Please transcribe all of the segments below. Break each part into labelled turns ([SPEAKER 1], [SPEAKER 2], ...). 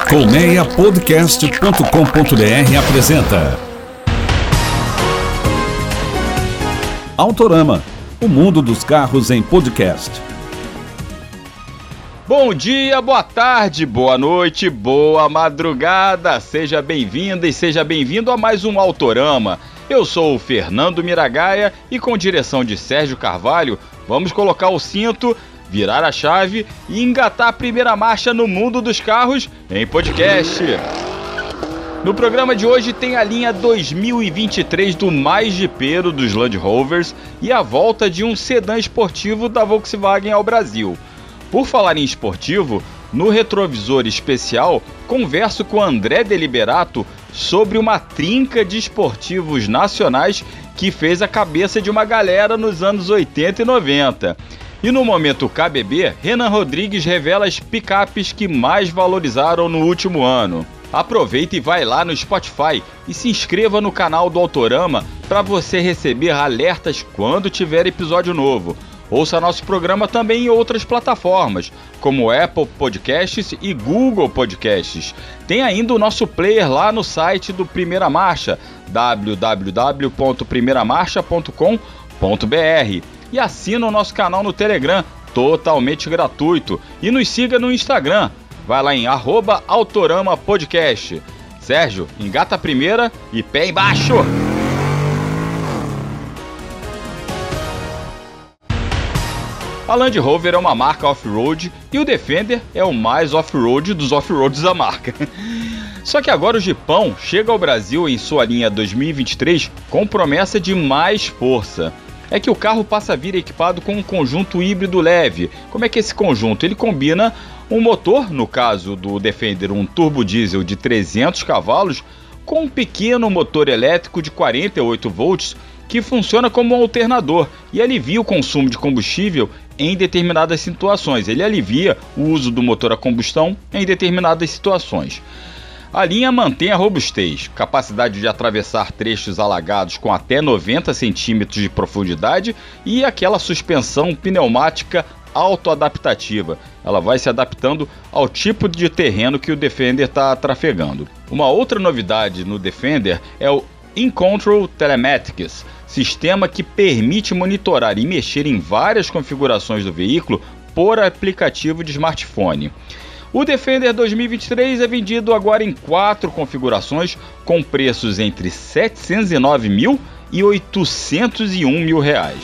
[SPEAKER 1] Colmeiapodcast.com.br apresenta Autorama, o mundo dos carros em podcast.
[SPEAKER 2] Bom dia, boa tarde, boa noite, boa madrugada. Seja bem-vinda e seja bem-vindo a mais um Autorama. Eu sou o Fernando Miragaia e com direção de Sérgio Carvalho, vamos colocar o cinto, virar a chave e engatar a primeira marcha no mundo dos carros em podcast. No programa de hoje tem a linha 2023 do mais jipeiro dos Land Rovers e a volta de um sedã esportivo da Volkswagen ao Brasil. Por falar em esportivo, no retrovisor especial, converso com André Deliberato sobre uma trinca de esportivos nacionais que fez a cabeça de uma galera nos anos 80 e 90. E no momento KBB, Renan Rodrigues revela as picapes que mais valorizaram no último ano. Aproveita e vai lá no Spotify e se inscreva no canal do Autorama para você receber alertas quando tiver episódio novo. Ouça nosso programa também em outras plataformas, como Apple Podcasts e Google Podcasts. Tem ainda o nosso player lá no site do Primeira Marcha, www.primeiramarcha.com.br. E assina o nosso canal no Telegram, totalmente gratuito. E nos siga no Instagram, vai lá em @Autorama Podcast. Sérgio, engata a primeira e pé embaixo! A Land Rover é uma marca off-road e o Defender é o mais off-road dos off-roads da marca. Só que agora o Jeepão chega ao Brasil em sua linha 2023 com promessa de mais força. É que o carro passa a vir equipado com um conjunto híbrido leve. Como é que é esse conjunto? Ele combina um motor, no caso do Defender, um turbo diesel de 300 cavalos, com um pequeno motor elétrico de 48 volts que funciona como um alternador e alivia o consumo de combustível em determinadas situações. Ele alivia o uso do motor a combustão em determinadas situações. A linha mantém a robustez, capacidade de atravessar trechos alagados com até 90 centímetros de profundidade e aquela suspensão pneumática autoadaptativa. Ela vai se adaptando ao tipo de terreno que o Defender está trafegando. Uma outra novidade no Defender é o InControl Telematics, sistema que permite monitorar e mexer em várias configurações do veículo por aplicativo de smartphone. O Defender 2023 é vendido agora em 4 configurações, com preços entre R$ 709 mil e R$ 801 mil.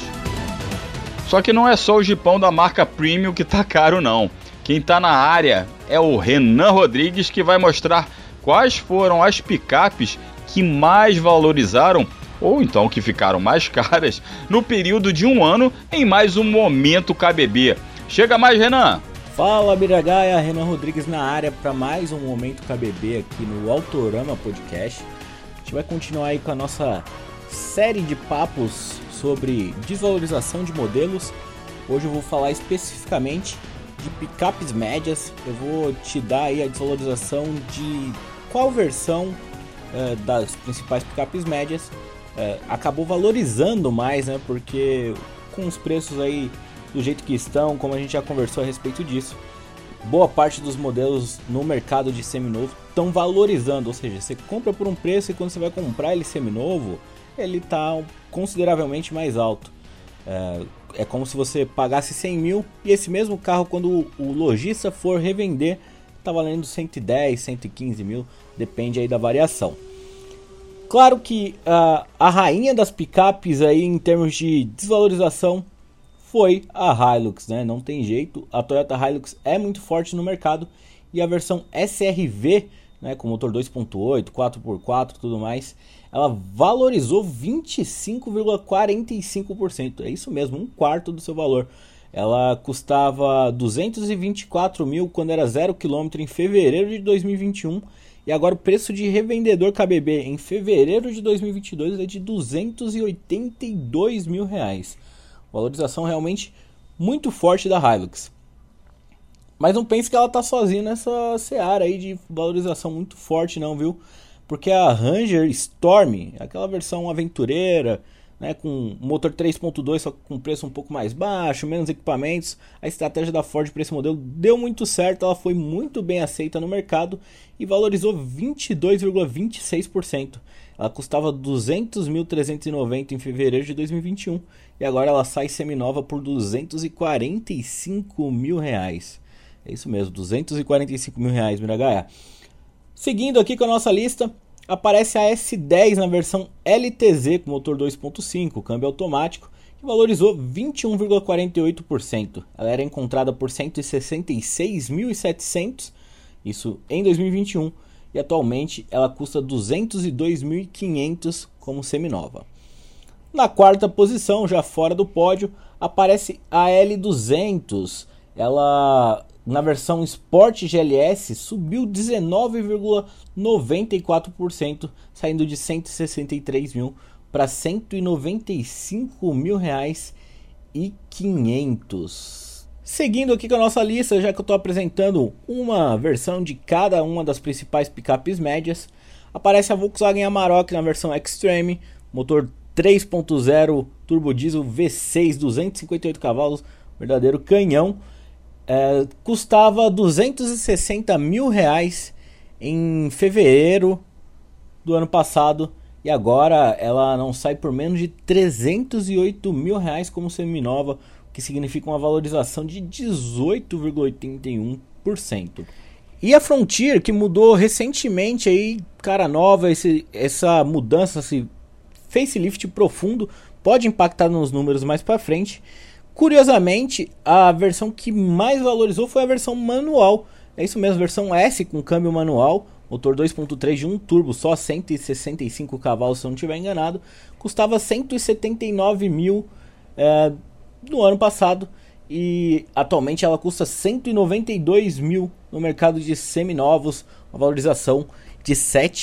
[SPEAKER 2] Só que não é só o Jeepão da marca Premium que tá caro não. Quem tá na área é o Renan Rodrigues, que vai mostrar quais foram as picapes que mais valorizaram ou então que ficaram mais caras no período de um ano em mais um Momento KBB. Chega mais, Renan!
[SPEAKER 3] Fala, Miragaia, Renan Rodrigues na área para mais um Momento KBB aqui no Autorama Podcast. A gente vai continuar aí com a nossa série de papos sobre desvalorização de modelos. Hoje eu vou falar especificamente de picapes médias. Eu vou te dar aí a desvalorização de qual versão das principais picapes médias acabou valorizando mais, né? Porque com os preços aí do jeito que estão, como a gente já conversou a respeito disso, boa parte dos modelos no mercado de seminovo estão valorizando, ou seja, você compra por um preço e quando você vai comprar ele seminovo, ele está consideravelmente mais alto. É como se você pagasse 100 mil e esse mesmo carro, quando o lojista for revender, está valendo 110, 115 mil, depende aí da variação. Claro que a rainha das picapes aí em termos de desvalorização foi a Hilux, né? Não tem jeito, a Toyota Hilux é muito forte no mercado e a versão SRV, né, com motor 2.8, 4x4 e tudo mais, ela valorizou 25,45%, é isso mesmo, um quarto do seu valor. Ela custava 224 mil quando era 0 km em fevereiro de 2021 e agora o preço de revendedor KBB em fevereiro de 2022 é de 282 mil reais. Valorização realmente muito forte da Hilux. Mas não pense que ela está sozinha nessa seara aí de valorização muito forte não, viu? Porque a Ranger Storm, aquela versão aventureira, né, com motor 3.2, só com preço um pouco mais baixo, menos equipamentos. A estratégia da Ford para esse modelo deu muito certo, ela foi muito bem aceita no mercado e valorizou 22,26%. Ela custava R$ 200.390 em fevereiro de 2021 e agora ela sai seminova por R$ 245 mil. É isso mesmo, R$ 245 mil, Miragaia. Seguindo aqui com a nossa lista, aparece a S10 na versão LTZ com motor 2.5, câmbio automático, que valorizou 21,48%. Ela era encontrada por R$ 166.700, isso em 2021, e atualmente ela custa R$ 202.500 como seminova. Na quarta posição, já fora do pódio, aparece a L200. Ela, na versão Sport GLS, subiu 19,94%, saindo de 163 mil para 195 mil reais e 500. Seguindo aqui com a nossa lista, já que eu estou apresentando uma versão de cada uma das principais picapes médias, aparece a Volkswagen Amarok na versão Extreme, motor 3.0 turbo diesel V6, 258 cavalos, verdadeiro canhão. Custava 260 mil reais em fevereiro do ano passado e agora ela não sai por menos de 308 mil reais como seminova, o que significa uma valorização de 18,81%. E a Frontier, que mudou recentemente aí, cara nova, essa mudança, esse facelift profundo, pode impactar nos números mais para frente. Curiosamente, a versão que mais valorizou foi a versão manual. É isso mesmo, versão S com câmbio manual, motor 2.3 de 1 turbo, só 165 cavalos se eu não estiver enganado. Custava 179 mil no ano passado e atualmente ela custa 192 mil no mercado de seminovos, uma valorização de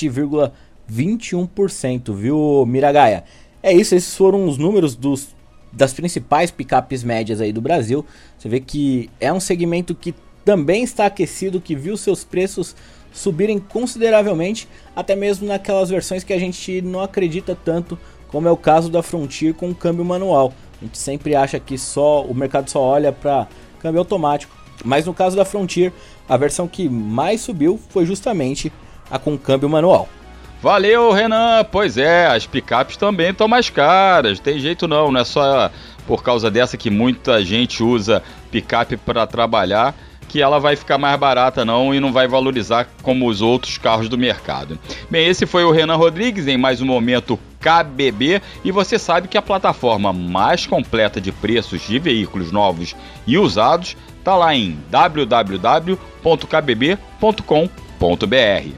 [SPEAKER 3] 7,21%, viu, Miragaia? É isso, esses foram os números das principais picapes médias aí do Brasil. Você vê que é um segmento que também está aquecido, que viu seus preços subirem consideravelmente, até mesmo naquelas versões que a gente não acredita tanto, como é o caso da Frontier com câmbio manual. A gente sempre acha que o mercado só olha para câmbio automático, mas no caso da Frontier, a versão que mais subiu foi justamente a com câmbio manual.
[SPEAKER 2] Valeu, Renan! Pois é, as picapes também estão mais caras, tem jeito não é só por causa dessa que muita gente usa picape para trabalhar que ela vai ficar mais barata não e não vai valorizar como os outros carros do mercado. Bem, esse foi o Renan Rodrigues em mais um Momento KBB e você sabe que a plataforma mais completa de preços de veículos novos e usados está lá em www.kbb.com.br.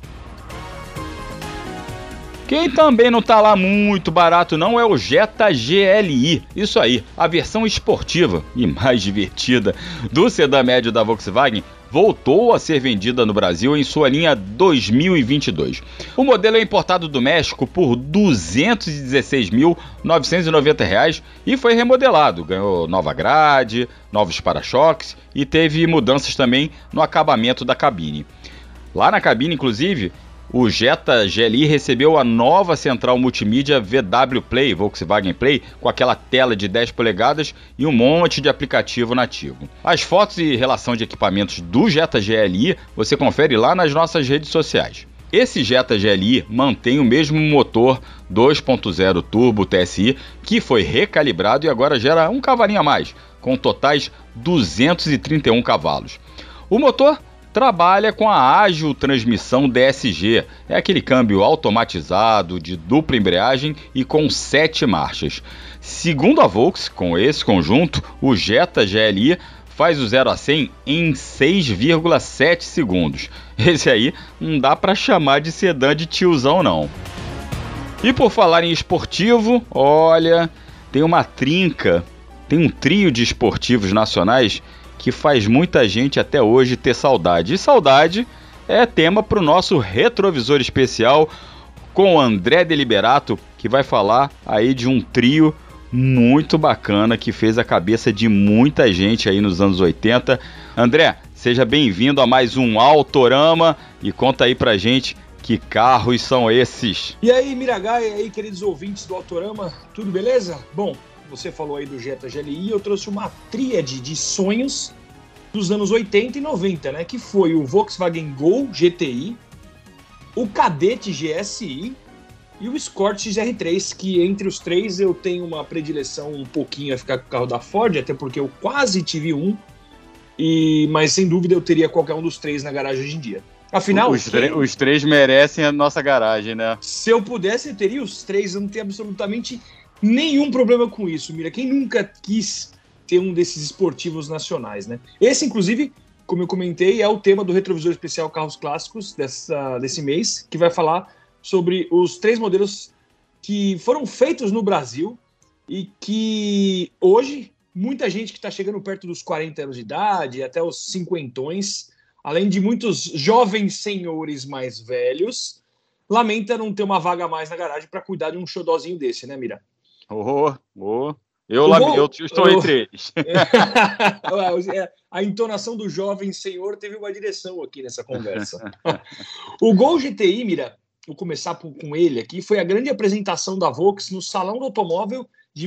[SPEAKER 2] Quem também não tá lá muito barato não é o Jetta GLI, isso aí, a versão esportiva e mais divertida do sedã médio da Volkswagen voltou a ser vendida no Brasil em sua linha 2022. O modelo é importado do México por R$ 216.990 e foi remodelado, ganhou nova grade, novos para-choques e teve mudanças também no acabamento da cabine. Lá na cabine, inclusive, o Jetta GLI recebeu a nova central multimídia VW Play, Volkswagen Play, com aquela tela de 10 polegadas e um monte de aplicativo nativo. As fotos e relação de equipamentos do Jetta GLI você confere lá nas nossas redes sociais. Esse Jetta GLI mantém o mesmo motor 2.0 turbo TSI, que foi recalibrado e agora gera um cavalinho a mais, com totais 231 cavalos. O motor trabalha com a ágil transmissão DSG, é aquele câmbio automatizado de dupla embreagem e com 7 marchas. Segundo a Volks, com esse conjunto, o Jetta GLI faz o 0 a 100 em 6,7 segundos. Esse aí não dá para chamar de sedã de tiozão não. E por falar em esportivo, olha, tem um trio de esportivos nacionais que faz muita gente até hoje ter saudade. E saudade é tema para o nosso retrovisor especial com o André Deliberato, que vai falar aí de um trio muito bacana que fez a cabeça de muita gente aí nos anos 80. André, seja bem-vindo a mais um Autorama e conta aí pra gente Que carros são esses?
[SPEAKER 4] E aí, Miragaia, e aí, queridos ouvintes do Autorama, tudo beleza? Bom, você falou aí do Jetta GLI, eu trouxe uma tríade de sonhos dos anos 80 e 90, né? Que foi o Volkswagen Gol GTI, o Cadete GSI e o Escort XR3, que entre os três eu tenho uma predileção um pouquinho a ficar com o carro da Ford, até porque eu quase tive um, mas sem dúvida eu teria qualquer um dos três na garagem hoje em dia. Afinal,
[SPEAKER 2] os três merecem a nossa garagem, né?
[SPEAKER 4] Se eu pudesse, eu teria os três, eu não tenho absolutamente nenhum problema com isso, Mira. Quem nunca quis ter um desses esportivos nacionais, né? Esse, inclusive, como eu comentei, é o tema do Retrovisor Especial Carros Clássicos desse mês, que vai falar sobre os três modelos que foram feitos no Brasil e que hoje muita gente que está chegando perto dos 40 anos de idade, até os cinquentões, além de muitos jovens senhores mais velhos, lamenta não ter uma vaga a mais na garagem para cuidar de um xodózinho desse, né, Mira?
[SPEAKER 2] Eu estou entre eles.
[SPEAKER 4] A entonação do jovem senhor teve uma direção aqui nessa conversa. O Gol GTI, Mira, vou começar com ele aqui, foi a grande apresentação da Volks no Salão do Automóvel de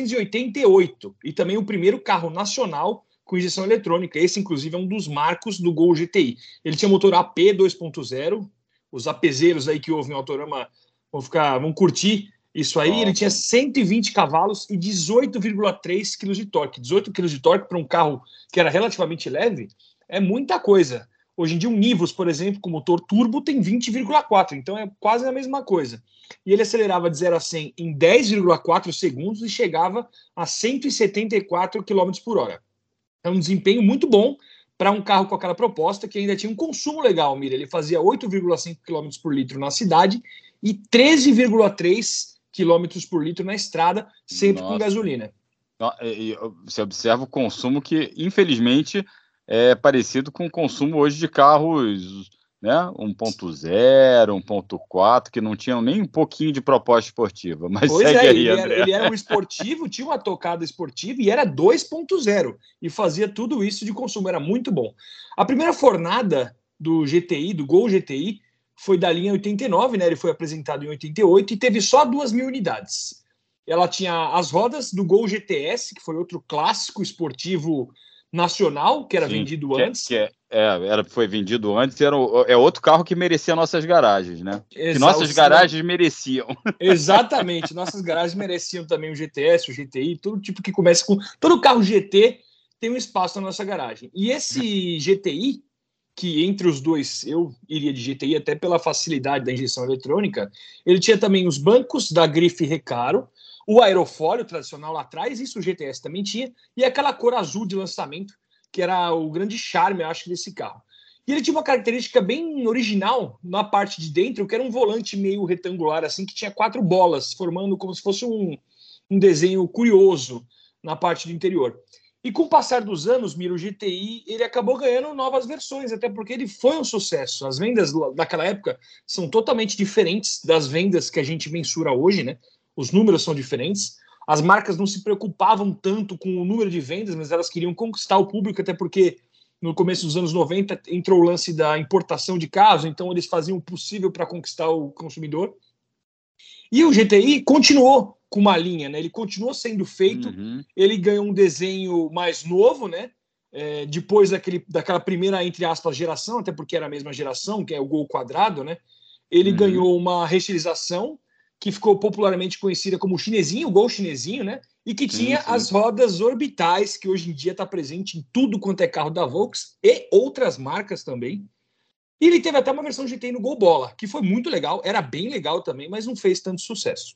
[SPEAKER 4] 1988 e também o primeiro carro nacional com injeção eletrônica. Esse, inclusive, é um dos marcos do Gol GTI. Ele tinha motor AP 2.0, os apezeiros aí que ouvem o Autorama vão curtir isso aí. Ele tinha 120 cavalos e 18,3 kg de torque. 18 kg de torque para um carro que era relativamente leve é muita coisa. Hoje em dia, um Nivus, por exemplo, com motor turbo, tem 20,4, então é quase a mesma coisa. E ele acelerava de 0 a 100 em 10,4 segundos e chegava a 174 km por hora. É um desempenho muito bom para um carro com aquela proposta, que ainda tinha um consumo legal, Mira. Ele fazia 8,5 km por litro na cidade e 13,3 km por litro na estrada, sempre com gasolina.
[SPEAKER 2] Você observa o consumo que, infelizmente, é parecido com o consumo hoje de carros, né, 1.0, 1.4, que não tinham nem um pouquinho de proposta esportiva. Mas
[SPEAKER 4] pois
[SPEAKER 2] segue
[SPEAKER 4] é,
[SPEAKER 2] aí, André.
[SPEAKER 4] Ele era um esportivo, tinha uma tocada esportiva e era 2.0 e fazia tudo isso de consumo, era muito bom. A primeira fornada do GTI, do Gol GTI, foi da linha 89, né? Ele foi apresentado em 88 e teve só 2.000 unidades. Ela tinha as rodas do Gol GTS, que foi outro clássico esportivo nacional, que era vendido antes.
[SPEAKER 2] Foi vendido antes, é outro carro que merecia nossas garagens, né? Que nossas garagens mereciam.
[SPEAKER 4] Exatamente, nossas garagens mereciam também o GTS, o GTI, todo tipo que começa com... Todo carro GT tem um espaço na nossa garagem. E esse GTI, que entre os dois eu iria de GTI até pela facilidade da injeção eletrônica, ele tinha também os bancos da grife Recaro, o aerofólio tradicional lá atrás, isso o GTS também tinha, e aquela cor azul de lançamento, que era o grande charme, eu acho, desse carro. E ele tinha uma característica bem original na parte de dentro, que era um volante meio retangular, assim, que tinha 4 bolas, formando como se fosse um desenho curioso na parte do interior. E com o passar dos anos, Mira, o GTI, ele acabou ganhando novas versões, até porque ele foi um sucesso. As vendas daquela época são totalmente diferentes das vendas que a gente mensura hoje, né? Os números são diferentes. As marcas não se preocupavam tanto com o número de vendas, mas elas queriam conquistar o público, até porque no começo dos anos 90 entrou o lance da importação de carros, então eles faziam o possível para conquistar o consumidor. E o GTI continuou com uma linha, né? Ele continuou sendo feito, ele ganhou um desenho mais novo, né? Depois daquela primeira, entre aspas, geração, até porque era a mesma geração, que é o Gol quadrado, né? Ele ganhou uma restilização que ficou popularmente conhecida como chinesinho, o Gol chinesinho, né? E que tinha as rodas orbitais, que hoje em dia está presente em tudo quanto é carro da Volks e outras marcas também. E ele teve até uma versão GTI no Gol Bola, que foi muito legal, era bem legal também, mas não fez tanto sucesso.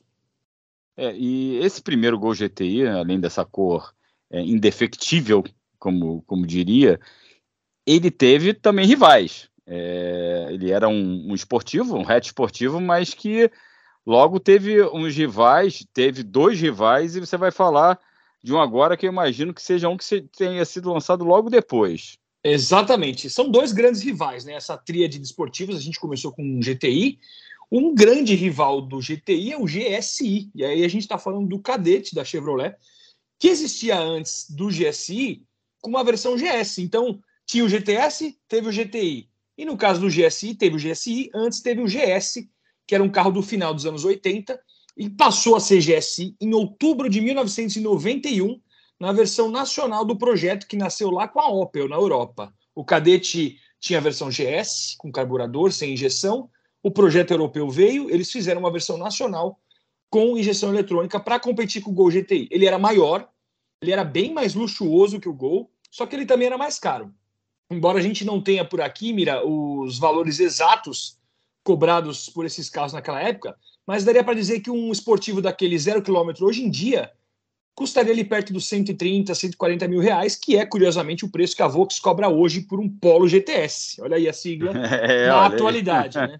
[SPEAKER 2] E esse primeiro Gol GTI, além dessa cor indefectível, como diria, ele teve também rivais. Ele era um esportivo, um hatch esportivo, mas que logo teve uns rivais, teve 2 rivais, e você vai falar de um agora que eu imagino que seja um que tenha sido lançado logo depois.
[SPEAKER 4] Exatamente, são 2 grandes rivais, né? Essa tríade de esportivos, a gente começou com um GTI, um grande rival do GTI é o GSI, e aí a gente está falando do Cadete da Chevrolet, que existia antes do GSI com uma versão GS. Então tinha o GTS, teve o GTI, E no caso do GSI, teve o GSI, antes teve o GS, que era um carro do final dos anos 80, e passou a ser GSI em outubro de 1991, na versão nacional do projeto que nasceu lá com a Opel, na Europa. O Kadett tinha a versão GS, com carburador, sem injeção. O projeto europeu veio, eles fizeram uma versão nacional com injeção eletrônica para competir com o Gol GTI. Ele era maior, ele era bem mais luxuoso que o Gol, só que ele também era mais caro. Embora a gente não tenha por aqui, Mira, os valores exatos cobrados por esses carros naquela época, mas daria para dizer que um esportivo daquele 0 km hoje em dia custaria ali perto dos 130, 140 mil reais, que é, curiosamente, o preço que a Volks cobra hoje por um Polo GTS. Olha aí a sigla na atualidade. Né?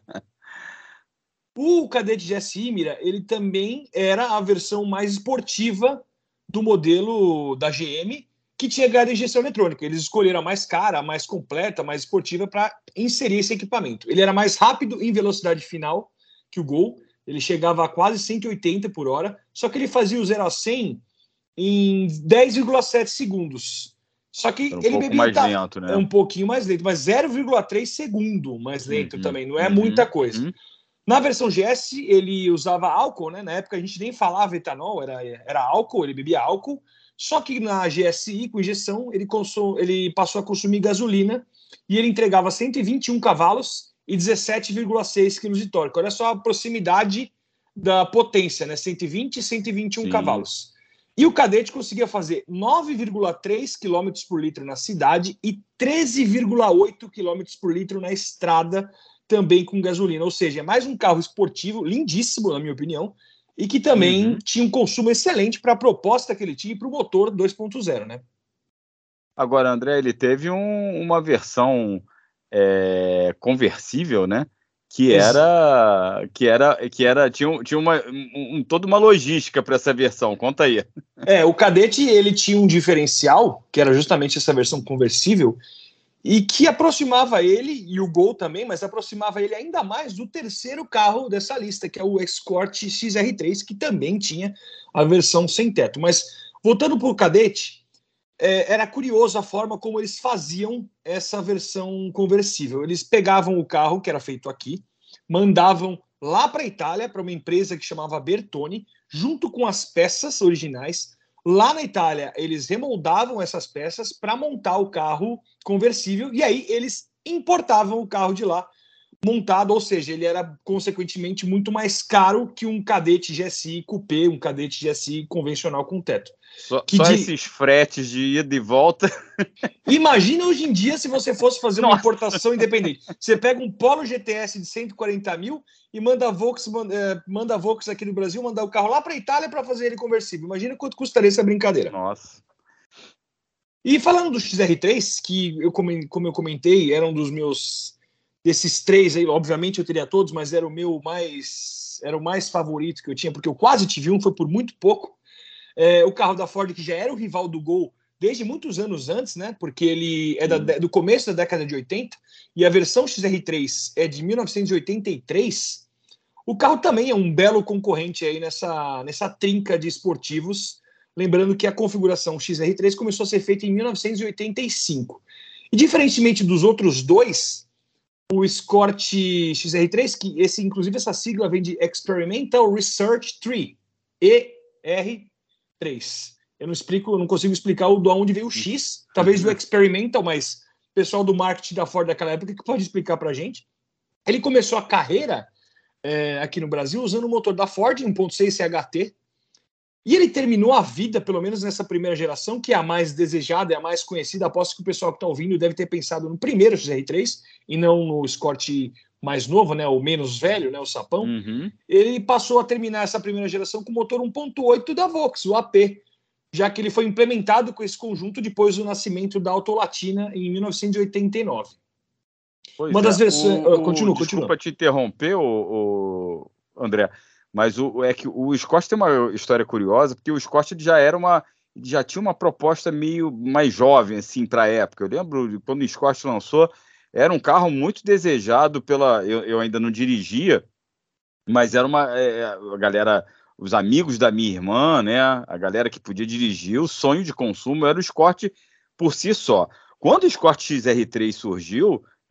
[SPEAKER 4] O Kadett GSI, Mira, ele também era a versão mais esportiva do modelo da GM, que tinha ganhado injeção eletrônica. Eles escolheram a mais cara, a mais completa, a mais esportiva para inserir esse equipamento. Ele era mais rápido em velocidade final que o Gol. Ele chegava a quase 180 por hora, só que ele fazia o 0 a 100 em 10,7 segundos. Só que ele
[SPEAKER 2] pouco mais lento, né?
[SPEAKER 4] É um pouquinho mais lento, mas 0,3 segundo mais lento também, não é muita coisa. Na versão GS, ele usava álcool, né? Na época a gente nem falava etanol, era álcool, ele bebia álcool. Só que na GSI, com injeção, ele passou a consumir gasolina e ele entregava 121 cavalos e 17,6 kg de torque. Olha só a proximidade da potência, né? 120 e 121 cavalos. E o Kadett conseguia fazer 9,3 km por litro na cidade e 13,8 km por litro na estrada, também com gasolina. Ou seja, é mais um carro esportivo, lindíssimo, na minha opinião, e que também tinha um consumo excelente para a proposta que ele tinha e para o motor 2.0, né?
[SPEAKER 2] Agora, André, ele teve uma versão conversível, né? Tinha toda uma logística para essa versão. Conta aí.
[SPEAKER 4] O Kadett, ele tinha um diferencial, que era justamente essa versão conversível, e que aproximava ele, e o Gol também, mas aproximava ele ainda mais do terceiro carro dessa lista, que é o Escort XR3, que também tinha a versão sem teto. Mas, voltando para o Kadett, era curioso a forma como eles faziam essa versão conversível. Eles pegavam o carro, que era feito aqui, mandavam lá para a Itália, para uma empresa que chamava Bertone, junto com as peças originais. Lá na Itália, eles remoldavam essas peças para montar o carro conversível, e aí eles importavam o carro de lá montado, ou seja, ele era consequentemente muito mais caro que um Kadett GSI Coupé, um Kadett GSI convencional com teto.
[SPEAKER 2] Só esses fretes de ida e volta.
[SPEAKER 4] Imagina hoje em dia se você fosse fazer uma importação independente. Você pega um Polo GTS de 140 mil e manda a Volks aqui no Brasil, mandar o carro lá para a Itália para fazer ele conversível. Imagina quanto custaria essa brincadeira.
[SPEAKER 2] Nossa.
[SPEAKER 4] E falando do XR3, que como eu comentei, era um dos meus... Desses três aí, obviamente eu teria todos, mas era o mais favorito que eu tinha, porque eu quase tive um, foi por muito pouco. O carro da Ford, que já era o rival do Gol desde muitos anos antes, né? Porque ele é do começo da década de 80, e a versão XR3 é de 1983. O carro também é um belo concorrente aí nessa trinca de esportivos. Lembrando que a configuração XR3 começou a ser feita em 1985. E diferentemente dos outros dois, o Escort XR3, que inclusive essa sigla vem de Experimental Research 3, ER3. Eu não consigo explicar de onde veio o X, talvez do Experimental, mas o pessoal do marketing da Ford daquela época que pode explicar pra gente. Ele começou a carreira aqui no Brasil usando o motor da Ford 1.6 CHT, e ele terminou a vida, pelo menos nessa primeira geração, que é a mais desejada, é a mais conhecida. Aposto que o pessoal que está ouvindo deve ter pensado no primeiro XR3 e não no Escort mais novo, né, o menos velho, né, o sapão. Ele passou a terminar essa primeira geração com o motor 1.8 da Volks, o AP, já que ele foi implementado com esse conjunto depois do nascimento da Autolatina em 1989.
[SPEAKER 2] Pois
[SPEAKER 4] Uma das versões... Continua.
[SPEAKER 2] Desculpa te interromper, André, mas que o Escort tem uma história curiosa, porque o Escort já tinha uma proposta meio mais jovem, assim, para a época. Eu lembro quando o Escort lançou, era um carro muito desejado eu ainda não dirigia, mas era a galera, os amigos da minha irmã, né, a galera que podia dirigir, o sonho de consumo era o Escort por si só. Quando o Escort XR3 surgiu,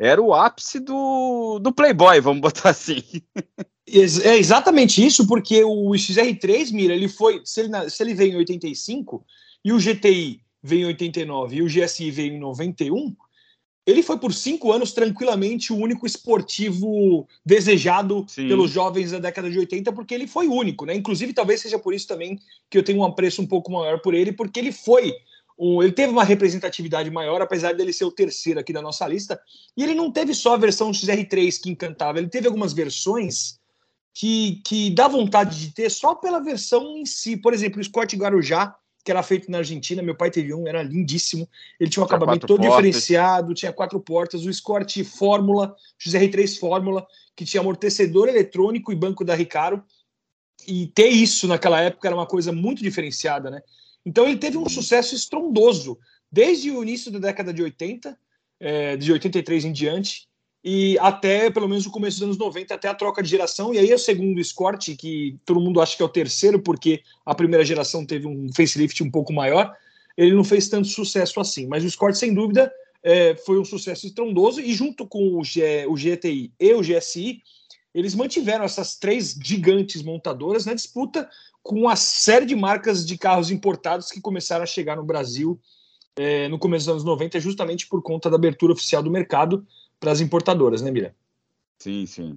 [SPEAKER 2] era o ápice do Playboy, vamos botar assim.
[SPEAKER 4] É exatamente isso, porque o XR3, Mira, ele foi, se ele veio em 85 e o GTI veio em 89 e o GSI veio em 91, ele foi por 5 anos tranquilamente o único esportivo desejado pelos jovens da década de 80, porque ele foi único, né? Inclusive, talvez seja por isso também que eu tenho um apreço um pouco maior por ele, porque ele teve uma representatividade maior, apesar dele ser o terceiro aqui da nossa lista, e ele não teve só a versão XR3 que encantava, ele teve algumas versões que dá vontade de ter só pela versão em si. Por exemplo, o Escort Guarujá, que era feito na Argentina, meu pai teve um, era lindíssimo, ele tinha um acabamento todo diferenciado, tinha 4 portas, o Escort Fórmula, XR3 Fórmula, que tinha amortecedor eletrônico e banco da Recaro, e ter isso naquela época era uma coisa muito diferenciada, né? Então ele teve um sucesso estrondoso, desde o início da década de 80, de 83 em diante, e até pelo menos o começo dos anos 90, até a troca de geração. E aí é o segundo Escort, que todo mundo acha que é o terceiro, porque a primeira geração teve um facelift um pouco maior, ele não fez tanto sucesso assim. Mas o Escort, sem dúvida, foi um sucesso estrondoso, e junto com o GTI e o GSI, eles mantiveram essas 3 gigantes montadoras na disputa com a série de marcas de carros importados que começaram a chegar no Brasil no começo dos anos 90, justamente por conta da abertura oficial do mercado para as importadoras, né, Mira?
[SPEAKER 2] Sim. Sim,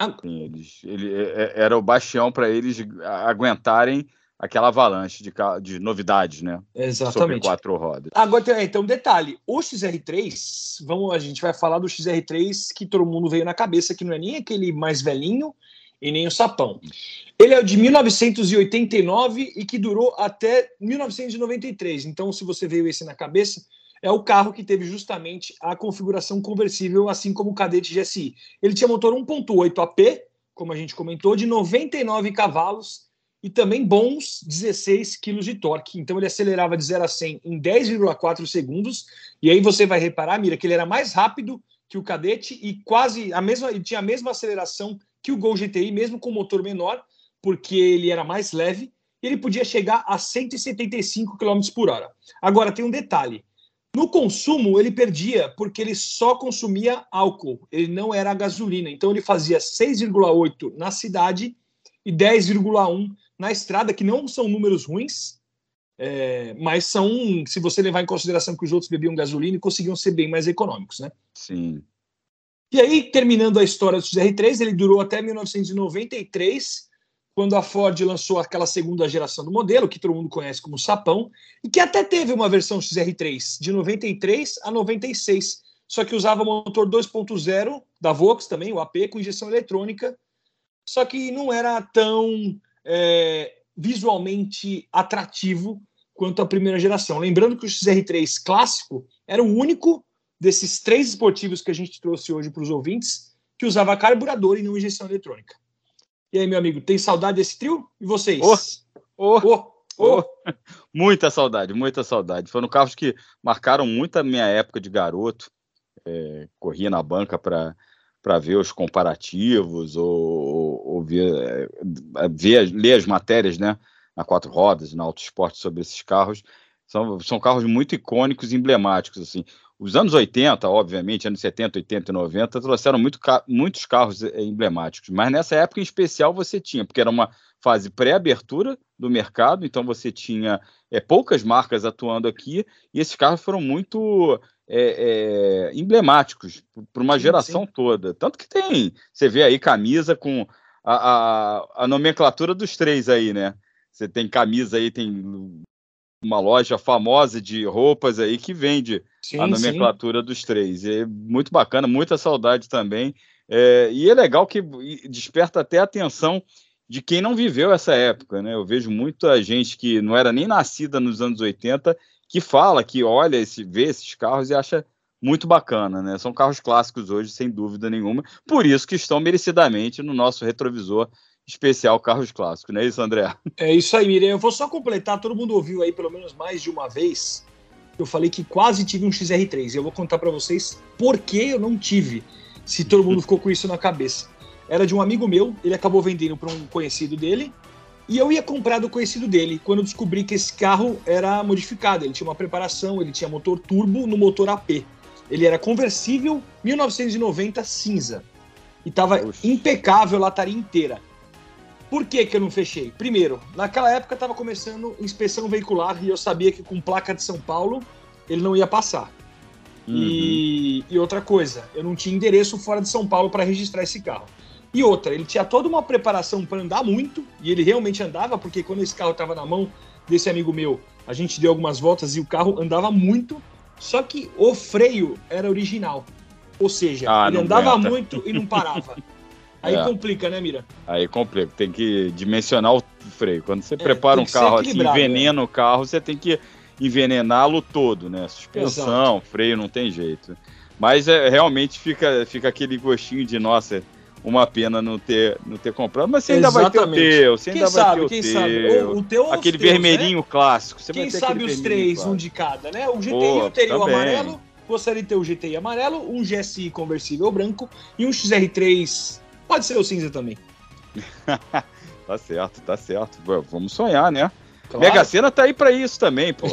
[SPEAKER 2] era o bastião para eles aguentarem aquela avalanche de novidades, né?
[SPEAKER 4] Exatamente.
[SPEAKER 2] Sobre 4 rodas.
[SPEAKER 4] Agora, então, detalhe, o XR3, a gente vai falar do XR3 que todo mundo veio na cabeça, que não é nem aquele mais velhinho e nem o sapão. Ele é de 1989 e que durou até 1993. Então, se você veio esse na cabeça, é o carro que teve justamente a configuração conversível, assim como o Kadett GSI. Ele tinha motor 1.8 AP, como a gente comentou, de 99 cavalos e também bons 16 kg de torque. Então ele acelerava de 0 a 100 em 10,4 segundos. E aí você vai reparar, Mira, que ele era mais rápido que o Kadett e ele tinha a mesma aceleração que o Gol GTI, mesmo com motor menor, porque ele era mais leve, e ele podia chegar a 175 km por hora. Agora, tem um detalhe. No consumo, ele perdia, porque ele só consumia álcool, ele não era a gasolina. Então, ele fazia 6,8 na cidade e 10,1 na estrada, que não são números ruins, mas são, se você levar em consideração que os outros bebiam gasolina, conseguiam ser bem mais econômicos, né?
[SPEAKER 2] Sim.
[SPEAKER 4] E aí, terminando a história do XR3, ele durou até 1993, quando a Ford lançou aquela segunda geração do modelo, que todo mundo conhece como sapão, e que até teve uma versão XR3 de 93 a 96, só que usava motor 2.0 da Volks também, o AP, com injeção eletrônica, só que não era tão visualmente atrativo quanto a primeira geração. Lembrando que o XR3 clássico era o único desses 3 esportivos que a gente trouxe hoje para os ouvintes que usava carburador e não injeção eletrônica. E aí, meu amigo, tem saudade desse trio? E vocês?
[SPEAKER 2] Muita saudade, muita saudade. Foram carros que marcaram muito a minha época de garoto. Corria na banca para ver os comparativos ou ler as matérias, né, na 4 rodas, na Auto Esporte, sobre esses carros. São carros muito icônicos e emblemáticos, assim. Os anos 80, obviamente, anos 70, 80 e 90, trouxeram muitos carros emblemáticos, mas nessa época em especial você tinha, porque era uma fase pré-abertura do mercado, então você tinha poucas marcas atuando aqui, e esses carros foram muito emblemáticos para uma geração toda. Tanto que você vê aí camisa com a nomenclatura dos 3 aí, né? Você tem camisa aí, tem uma loja famosa de roupas aí que vende a nomenclatura dos 3. É muito bacana, muita saudade também. E é legal que desperta até a atenção de quem não viveu essa época, né? Eu vejo muita gente que não era nem nascida nos anos 80 que fala, que olha, vê esses carros e acha muito bacana, né? São carros clássicos hoje, sem dúvida nenhuma. Por isso que estão merecidamente no nosso retrovisor especial Carros Clássicos, não é isso, André?
[SPEAKER 4] É isso aí, Miriam. Eu vou só completar, todo mundo ouviu aí pelo menos mais de uma vez, eu falei que quase tive um XR3, e eu vou contar para vocês por que eu não tive, se todo mundo ficou com isso na cabeça. Era de um amigo meu, ele acabou vendendo para um conhecido dele, e eu ia comprar do conhecido dele, quando eu descobri que esse carro era modificado, ele tinha uma preparação, ele tinha motor turbo no motor AP. Ele era conversível, 1990 cinza. E tava impecável a lataria inteira. Por que eu não fechei? Primeiro, naquela época estava começando inspeção veicular e eu sabia que com placa de São Paulo ele não ia passar. E outra coisa, eu não tinha endereço fora de São Paulo para registrar esse carro. E outra, ele tinha toda uma preparação para andar muito, e ele realmente andava, porque quando esse carro estava na mão desse amigo meu, a gente deu algumas voltas e o carro andava muito, só que o freio era original. Ou seja, ele andava muito e não parava. Aí complica, né, Mira?
[SPEAKER 2] Aí complica, tem que dimensionar o freio. Quando você prepara um carro assim, envenena o carro, você tem que envenená-lo todo, né? Suspensão, exato. Freio, não tem jeito. Mas realmente fica aquele gostinho de, nossa, uma pena não ter comprado, mas você ainda vai ter o teu, você ainda vai ter o teu. O teu aquele vermelhinho, né? Clássico. Você
[SPEAKER 4] quem
[SPEAKER 2] vai ter
[SPEAKER 4] sabe os três, clássico. Um de cada, né? O GTI eu teria o amarelo, gostaria de ter o GTI amarelo, um GSI conversível branco e um XR3, pode ser o cinza também.
[SPEAKER 2] Tá certo. Vamos sonhar, né? Claro. Mega Sena tá aí pra isso também, pô.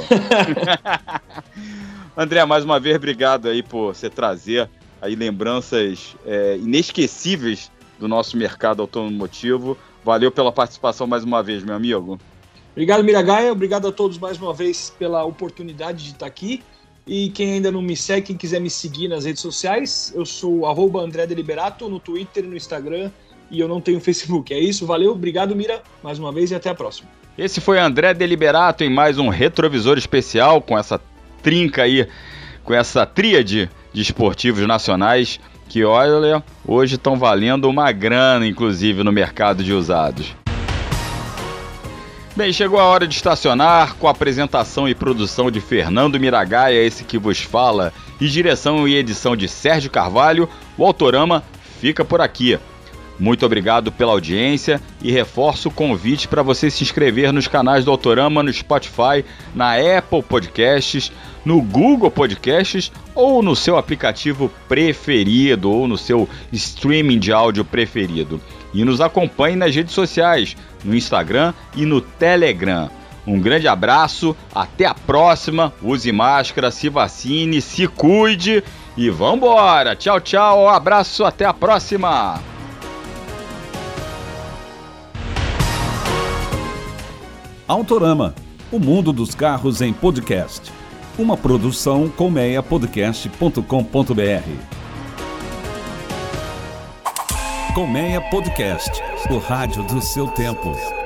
[SPEAKER 2] André, mais uma vez, obrigado aí por você trazer aí lembranças inesquecíveis do nosso mercado automotivo. Valeu pela participação mais uma vez, meu amigo.
[SPEAKER 4] Obrigado, Miragaia. Obrigado a todos mais uma vez pela oportunidade de estar aqui. E quem ainda não me segue, quem quiser me seguir nas redes sociais, eu sou @AndréDeliberato no Twitter e no Instagram. E eu não tenho Facebook. É isso, valeu. Obrigado, Mira, mais uma vez e até a próxima.
[SPEAKER 2] Esse foi André Deliberato em mais um retrovisor especial com essa trinca aí, com essa tríade de esportivos nacionais que, olha, hoje estão valendo uma grana, inclusive, no mercado de usados. Bem, chegou a hora de estacionar com a apresentação e produção de Fernando Miragaia, esse que vos fala, e direção e edição de Sérgio Carvalho. O Autorama fica por aqui. Muito obrigado pela audiência e reforço o convite para você se inscrever nos canais do Autorama no Spotify, na Apple Podcasts, no Google Podcasts ou no seu aplicativo preferido ou no seu streaming de áudio preferido. E nos acompanhe nas redes sociais, no Instagram e no Telegram. Um grande abraço, até a próxima, use máscara, se vacine, se cuide e vambora! Tchau, tchau, abraço, até a próxima!
[SPEAKER 1] Autorama, o mundo dos carros em podcast. Uma produção colmeiapodcast.com.br. Colmeia Podcast, o rádio do seu tempo.